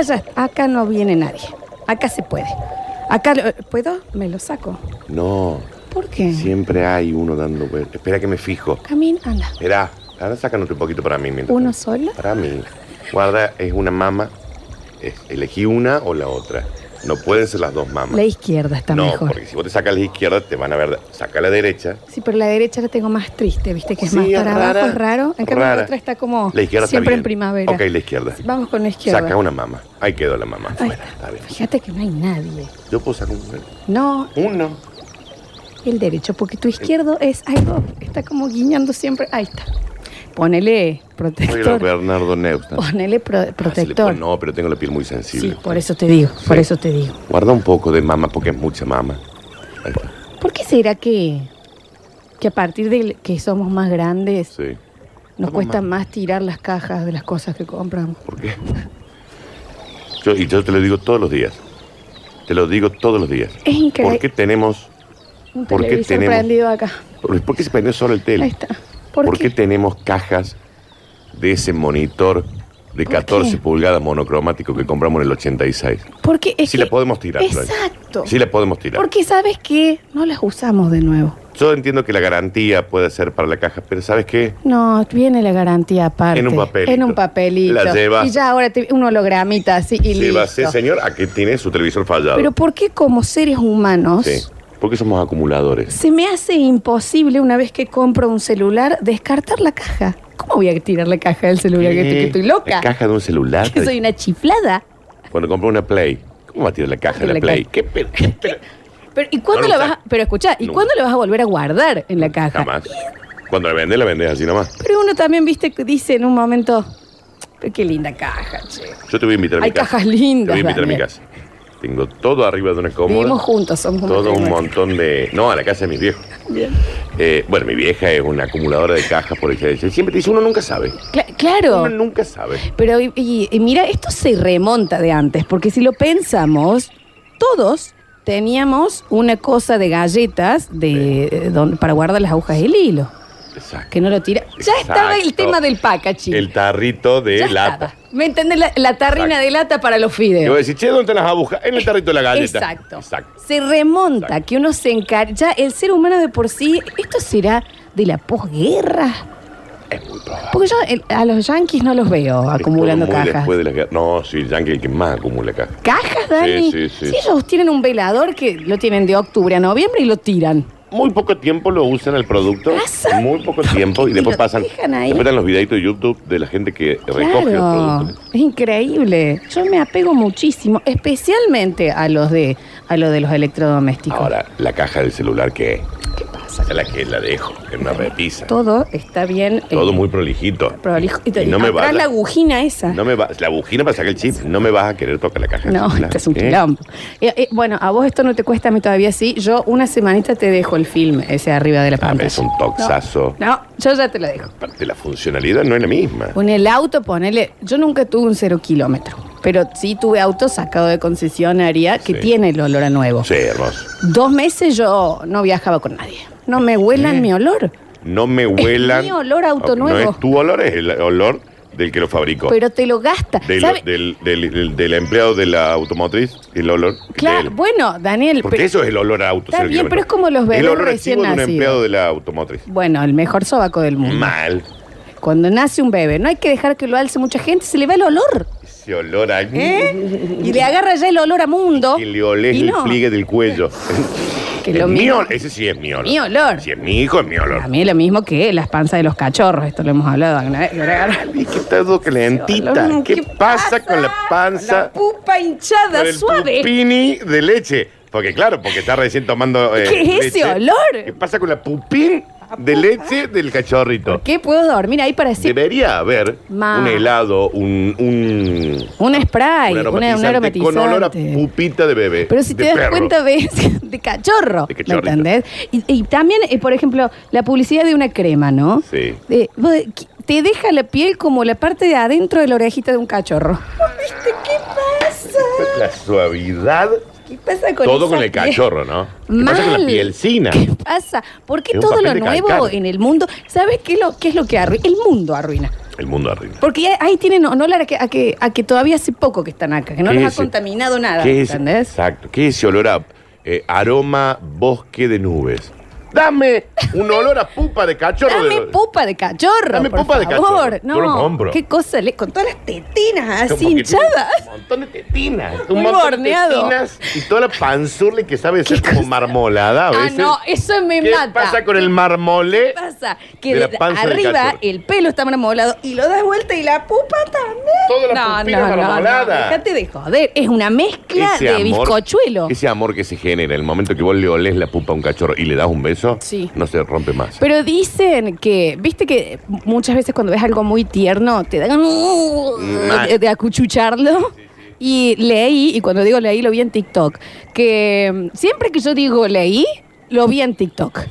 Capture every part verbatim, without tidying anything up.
acá ya, acá no viene nadie. Acá se puede. Acá, lo, ¿puedo? Me lo saco. No. ¿Por qué? Siempre hay uno dando vueltas. Espera que me fijo. Camín, anda. Espera, ahora sácanos un poquito para mí. Mientras ¿Uno tanto. solo? Para mí. Guarda, es una mama. Es, elegí una o la otra. No pueden ser las dos mamas. La izquierda está no, mejor. porque si vos te sacas la izquierda, te van a ver. Saca la derecha. Sí, pero la derecha la tengo más triste, ¿viste? Que es Sí, más es para rara, abajo, es raro. En cambio, rara. la otra está como La izquierda siempre está bien. en primavera. Ok, la izquierda. Vamos con la izquierda. Saca una mama. Ahí quedó la mama. Ahí Fuera, está bien. Fíjate que no hay nadie. Yo puedo sacar un. No, Uno. el derecho, porque tu izquierdo es algo, está como guiñando siempre. Ahí está. Ponele Oye, protector. Bernardo Neustadt. Ponele pro- Ah, se le protector. pone- no, pero tengo la piel muy sensible. Sí, por eso te digo, por Sí. eso te digo. Guarda un poco de mama porque es mucha mama. Ahí está. ¿Por qué será que, que a partir de que somos más grandes Sí. nos Vamos cuesta más. más tirar las cajas de las cosas que compramos? ¿Por qué? Yo, y yo te lo digo todos los días. Te lo digo todos los días. Es increíble. ¿Por qué tenemos... Un ¿Por qué televisor tenemos- prendido acá. ¿Por, por qué se prendió solo el tele? Ahí está. ¿Por, ¿Por qué? qué tenemos cajas de ese monitor de ¿Por catorce qué? pulgadas monocromático que compramos en el ochenta y seis? Porque es Sí que- la podemos tirar. Florencia. Exacto. Sí la podemos tirar. Porque sabes que no las usamos de nuevo. Yo entiendo que la garantía puede ser para la caja, pero ¿sabes qué? No, viene la garantía aparte. En un papelito. En un papelito. La llevas. Y ya ahora te, un hologramita así y Sí, va a ser, listo. señor, a que tiene su televisor fallado. Pero ¿por qué como seres humanos Sí, porque somos acumuladores. se me hace imposible una vez que compro un celular descartar la caja? ¿Cómo voy a tirar la caja del celular? Que, que estoy loca. La caja de un celular. Que soy una chiflada. Cuando compré una Play, ¿cómo va a tirar la caja de la, La Play? caja. ¿Qué, pe- qué pe- Pero, ¿y cuándo No lo la vas a, saco. pero escucha, ¿y Nunca. cuándo la vas a volver a guardar en la caja? Jamás. Cuando la vendés, la vendés así nomás. Pero uno también, viste, que dice en un momento, pero qué linda caja, che. Yo te voy a invitar a mi Hay casa. cajas lindas, Te voy a invitar a mi Daniel. casa. Tengo todo arriba de una cómoda. Vivimos juntos, somos un Todo un matrimonio. montón de... No, a la casa de mis viejos. Bien. Eh, bueno, mi vieja es una acumuladora de cajas por excelencia. Siempre te dice, uno nunca sabe. Cla- claro. Uno nunca sabe. Pero y, y- y mira, esto se remonta de antes, porque si lo pensamos, todos teníamos una cosa de galletas de, eh, donde- para guardar las agujas del hilo, Exacto. que no lo tira. Ya estaba el Exacto. tema del packaging. El tarrito de Ya lata. estaba. ¿Me entendés? La, la tarrina Exacto. de lata para los Y voy a fideos. decir, che, ¿dónde están las agujas? En el tarrito de la galleta. Exacto. Exacto. Se remonta Exacto. que uno se encarga. Ya el ser humano de por sí, esto será de la posguerra. Es muy probable. Porque yo el- a los yanquis no los veo acumulando Es todo muy cajas. después de la guerra. No, sí, el yankee es el que más acumula cajas. ¿Cajas, Dani? Sí, sí, sí. Si ellos tienen un velador que lo tienen de octubre a noviembre y lo tiran. Muy poco tiempo lo usan el producto. ¿Pasa? Muy poco ¿Por tiempo. qué? Y después Y lo pasan. dejan ahí. Después están los videitos de YouTube de la gente que recoge los Claro, productos. es increíble. Yo me apego muchísimo, especialmente a los de a lo de los electrodomésticos. Ahora, la caja del celular, ¿qué? ¿Qué pasa? Esa es la que la dejo en una repisa. Todo está bien. Todo eh, muy prolijito. prolijo. Y, Y no me atrás vaya- la agujina esa. No me va, la bujina para sacar el chip. No me vas a querer tocar la caja del No, celular. esto es un ¿Qué? quilombo. Eh, eh, bueno, a vos esto no te cuesta, a mí todavía sí. Yo una semanita te dejo el film ese arriba de la Ah, pantalla. es un toxazo. No, no, yo ya te lo dejo. Aparte, la funcionalidad no es la misma. Con el auto, ponele. Yo nunca tuve un cero kilómetro, pero sí tuve auto sacado de concesionaria que Sí. tiene el olor a nuevo. Sí, hermoso. Dos meses yo no viajaba con nadie. No me huelan ¿Eh? mi olor, No me huelan. mi olor a auto No nuevo. es tu olor, es el olor del que lo fabricó. pero te lo gasta. Del, ¿Sabe? del, del, del- del empleado de la automotriz, el olor. de Claro, él. bueno, Daniel. Porque pero- eso es el olor a auto. Está cero bien, kilómetros. pero es como los El bebés olor recién activo de un nacidos. empleado de la automotriz. Bueno, el mejor sobaco del mundo. Mal. Cuando nace un bebé, no hay que dejar que lo alce mucha gente, se le va el olor. Ese olor a... ¿Eh? Y le agarra ya el olor a mundo. Que le olés Y el no. pliegue del cuello. Que Es lo mi mismo- olor. Ese sí es mi olor. Mi olor. Si es mi hijo, es mi olor. A mí es lo mismo que las panzas de los cachorros, esto lo hemos hablado alguna vez. Y ahora agarra- Y que está todo calentita. Olor, ¿Qué, pasa, con la panza? La pupa hinchada, Con el suave. pupini de leche. Porque claro, porque está recién tomando eh, ¿Qué es ese leche. olor? ¿Qué pasa con la pupín de leche del cachorrito? ¿Por qué puedo dormir ahí para decir Debería haber Ma. un helado, un, un, un spray, un un aromatizante, aromatizante? con olor a pupita de bebé. Pero si de te das perro. cuenta, ves, de cachorro, De ¿me cachorrito. entendés? Y, y también, eh, por ejemplo, la publicidad de una crema, ¿no? Sí. De- vos- te deja la piel como la parte de adentro de la orejita de un cachorro. ¿Viste qué pasa? La suavidad, ¿Qué pasa con todo esa con el piel? cachorro, ¿no? ¿Qué pasa con la Mal. pielcina? ¿Qué pasa? ¿Por qué Es un todo lo papel de nuevo calcar. en el mundo? ¿Sabes qué es lo, qué es lo que arruina? El mundo arruina. El mundo arriba. Porque ahí- ahí tienen olor a que, a, que, a que todavía hace poco que están acá, que no ¿Qué les ha es ese- contaminado nada, ¿Qué es, ¿entendés? exacto. ¿Qué es ese olor a eh, aroma bosque de nubes? Dame un olor a pupa de cachorro. Dame de... pupa de cachorro, Dame por pupa de favor. cachorro. No, Yo lo compro. qué cosa, le- con todas las tetinas así Como que tiene hinchadas. Un montón de tetinas. Muy Un montón borneado. de tetinas y toda la panzurle que sabe ser como marmolada a Ah, veces. no, eso me ¿Qué mata. pasa con el marmolé? ¿Qué pasa? Que de la de- panza del arriba cachorro? el pelo está marmolado y lo das vuelta y la pupa también. Toda la pupila marmolada. Déjate de joder. Es una mezcla Ese de amor- bizcochuelo. Ese amor que se genera en el momento que vos le olés la pupa a un cachorro y le das un beso, Sí. no se rompe más. Pero dicen que, viste que muchas veces cuando ves algo muy tierno, te dan Mal. de, de acuchucharlo. Y leí, y cuando digo leí, lo vi en TikTok, que mm, siempre que yo digo leí, lo vi en TikTok.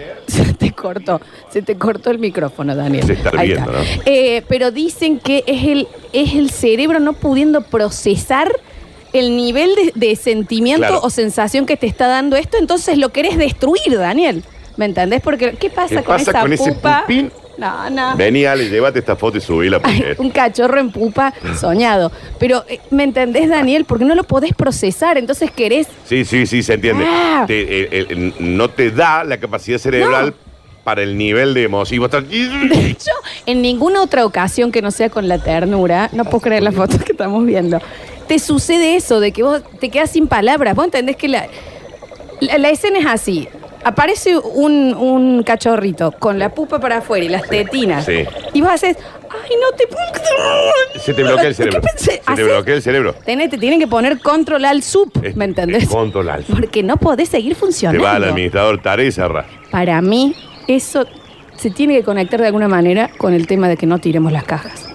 Se te cortó, se te cortó el micrófono, Daniel. Se está Ahí viendo, ¿no? Eh, pero dicen que es el, es el cerebro no pudiendo procesar el nivel de, de sentimiento Claro. o sensación que te está dando esto, entonces lo querés destruir, Daniel. ¿Me entendés? Porque ¿qué pasa ¿Qué con pasa esa con ese pupa? pupín? No, no. Vení, Ale, llévate esta foto y subíla. Ay, Porque... un cachorro en pupa soñado. Pero, eh, ¿me entendés, Daniel? Porque no lo podés procesar, entonces querés... Sí, sí, sí, se entiende. Ah. Te- eh, eh, no te da la capacidad cerebral No. para el nivel de emoción. Y vos estás- De hecho, en ninguna otra ocasión que no sea con la ternura, no puedo creer las fotos que estamos viendo, te sucede eso, de que vos te quedas sin palabras. Vos entendés que la, la, la escena es así. Aparece un, un cachorrito con la pupa para afuera y las tetinas. Sí. Y vos haces, ay, no te puedo... Se te bloquea el cerebro. ¿Qué pensé? Se te ¿Haces? bloquea el cerebro. Tenés- te tienen que poner control al sub, Es- ¿me entendés? es control alt. Porque no podés seguir Te funcionando. va al administrador tarea y cerra. Para mí, eso se tiene que conectar de alguna manera con el tema de que no tiremos las cajas.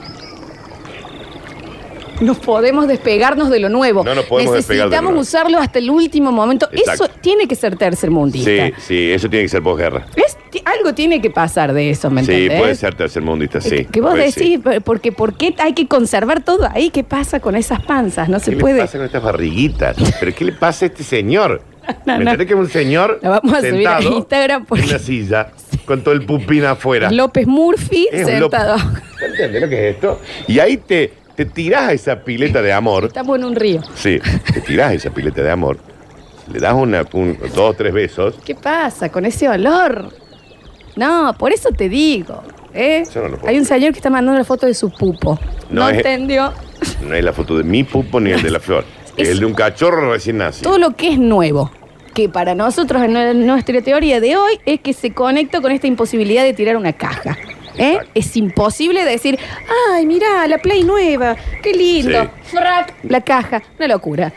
No podemos despegarnos de lo nuevo. No nos podemos despegar de lo Necesitamos nuevo. usarlo hasta el último momento. Exacto. Eso tiene que ser tercermundista. Sí, sí, eso tiene que ser posguerra. Es- ti- algo tiene que pasar de eso, ¿me Sí, entendés? puede ser tercermundista, sí. Que vos Pues sí. decís, porque ¿por qué hay que conservar todo ahí? ¿Qué pasa con esas panzas? No se ¿Qué puede. le pasa con estas barriguitas? ¿Pero qué le pasa a este señor? No, ¿Me no. entendés que es un señor La vamos a subir a sentado Instagram porque- en una silla con todo el pupín afuera? López Murphy Es un sentado. López. ¿Entendés lo que es esto? Y ahí te, te tirás a esa pileta de amor. Estamos en un río. Sí, te tirás a esa pileta de amor. Le das una, un, dos, tres besos. ¿Qué pasa con ese olor? No, por eso te digo. ¿eh? Yo no lo puedo Hay un creer. señor que está mandando la foto de su pupo. No, No es- entendió. No es la foto de mi pupo ni el de la flor. Es Es- el de un cachorro recién nacido. Todo lo que es nuevo. Que para nosotros, en nuestra teoría de hoy, es que se conecta con esta imposibilidad de tirar una caja. ¿eh? Exacto. Es imposible decir, ay, mirá, la Play nueva, qué lindo. Sí. Frac, la caja, una locura.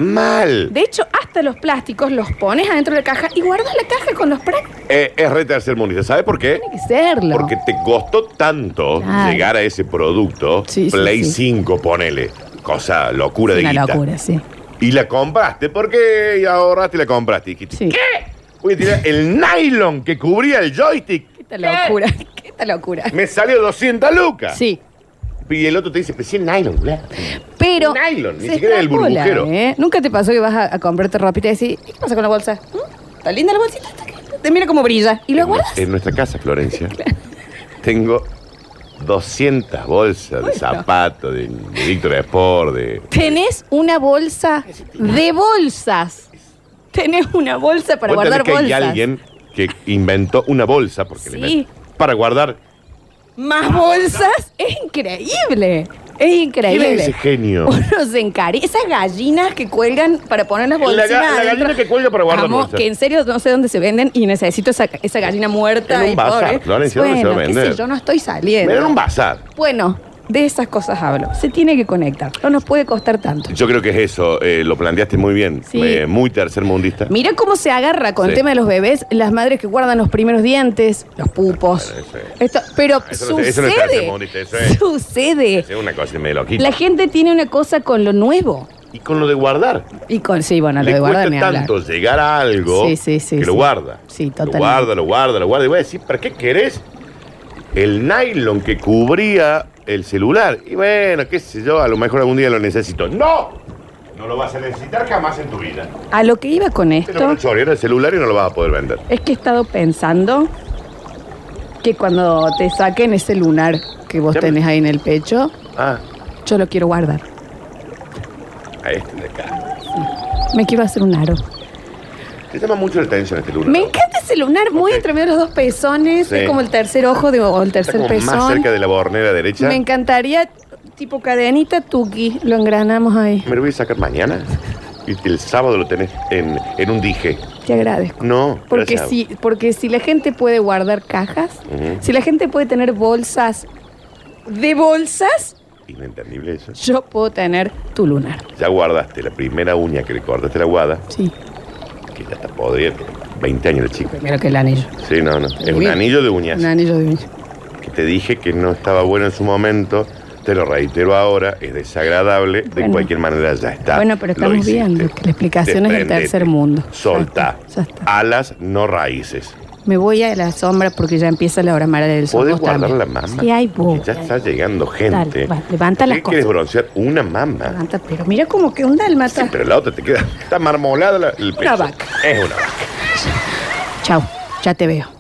Mal. De hecho, hasta los plásticos los pones adentro de la caja y guardas la caja con los plásticos. Eh, es re tercermundista. ¿Sabe por qué? Tiene que serlo. Porque te costó tanto Claro. llegar a ese producto. Sí, sí, Play sí. cinco, ponele. Cosa, locura de Una guita. locura, sí. Y la compraste. ¿Por qué? Y ahorraste y la compraste. Y dijiste, Sí. ¿qué? Voy a tirar el nylon que cubría el joystick. ¿Qué esta locura? ¿Qué esta locura? Me salió doscientas lucas. Sí. Y el otro te dice, pero si es nylon, claro. Pero. Nylon, ni se siquiera el extrapola, burbujero. ¿eh? ¿Nunca te pasó que vas a, a comprarte ropita y decís, ¿qué pasa con la bolsa? ¿Mm? ¿Está linda la bolsita? ¿Está qué? Te mira cómo brilla. ¿Y lo En- guardas? En nuestra casa, Florencia, tengo doscientas bolsas de Bueno. zapatos, de, de Victor Sport, de... Tenés una bolsa de bolsas. Tenés una bolsa para ¿Vos guardar entendés que bolsas. hay alguien que inventó una bolsa porque le Sí. inventó, para guardar? Más bolsas. Es increíble. Es increíble. ¿Quién es ese genio? Uno se encari. Esas gallinas que cuelgan para poner las La, bolsitas. ga- la adentro. gallina que cuelga para guardar Amo, bolsas. que en serio no sé dónde se venden y necesito esa, esa gallina muerta. En un y bazar, pobre. Florencia, ¿dónde se va a Bueno, qué sé vender? yo no estoy saliendo. Era un bazar. Bueno, de esas cosas hablo. Se tiene que conectar. No nos puede costar tanto. Yo creo que es eso, eh, lo planteaste muy bien, Sí. eh, muy tercermundista. Mira cómo se agarra con el Sí. tema de los bebés, las madres que guardan los primeros dientes, los pupos. Bueno, eso es. Esto- pero Eso no es- eso no es sucede. tercermundista, eso es- Sucede. Es una cosa medio loquita. La gente tiene una cosa con lo nuevo. Y con lo de guardar. Y con, sí, bueno, lo Le de guardar cuesta ni hablar. tanto llegar a algo Sí, sí, sí, que lo sí. guarda. Sí, Lo totalmente. guarda, lo guarda, lo guarda. Y voy a decir, ¿para qué querés el nylon que cubría el celular? Y bueno, qué sé yo, a lo mejor algún día lo necesito. ¡No! No lo vas a necesitar jamás en tu vida. A lo que iba con Te lo esto van a chorear el celular y no lo vas a poder vender. es que he estado pensando Que cuando te saquen ese lunar que vos Ya me- tenés ahí en el pecho, Ah, yo lo quiero guardar. a este de acá. Me quiero hacer un aro. Te llama mucho la atención este lunar. Me encanta ese lunar, muy Ok. entre medio de los dos pezones. Sí. Es como el tercer ojo de, o el Está tercer como pezón. más cerca de la bornera derecha. Me encantaría, tipo cadenita tuki, lo engranamos ahí. Me lo voy a sacar mañana. Y el sábado lo tenés en, en un dije. Te agradezco. No. Porque gracias. si, porque si la gente puede guardar cajas, Ujú. si la gente puede tener bolsas de bolsas, Inentendible eso. yo puedo tener tu lunar. Ya guardaste la primera uña que le cortaste la guada, Sí, que ya está podrida, tiene veinte años de chico. primero que el anillo. Sí, no, no. Es un Bien. anillo de uñas. Un anillo de uña. Que te dije que no estaba bueno en su momento. Te lo reitero ahora, es desagradable. De Bueno. cualquier manera ya está. Bueno, pero Lo estamos hiciste. viendo que la explicación es del Desprendete. tercer mundo. Solta. Ya está, ya está. Alas, no raíces. Me voy a la sombra porque ya empieza la hora mala del sol. ¿Podés Vos guardar también. la mama? Sí, hay vos. Que ya está llegando gente. Dale, va, levanta ¿Por las qué quieres cosas. broncear una mama? Levanta, pero mira como que un dálmata. Sí, pero la otra te queda. Está marmolada la- el pecho. vaca. Es una vaca. Chau, ya te veo.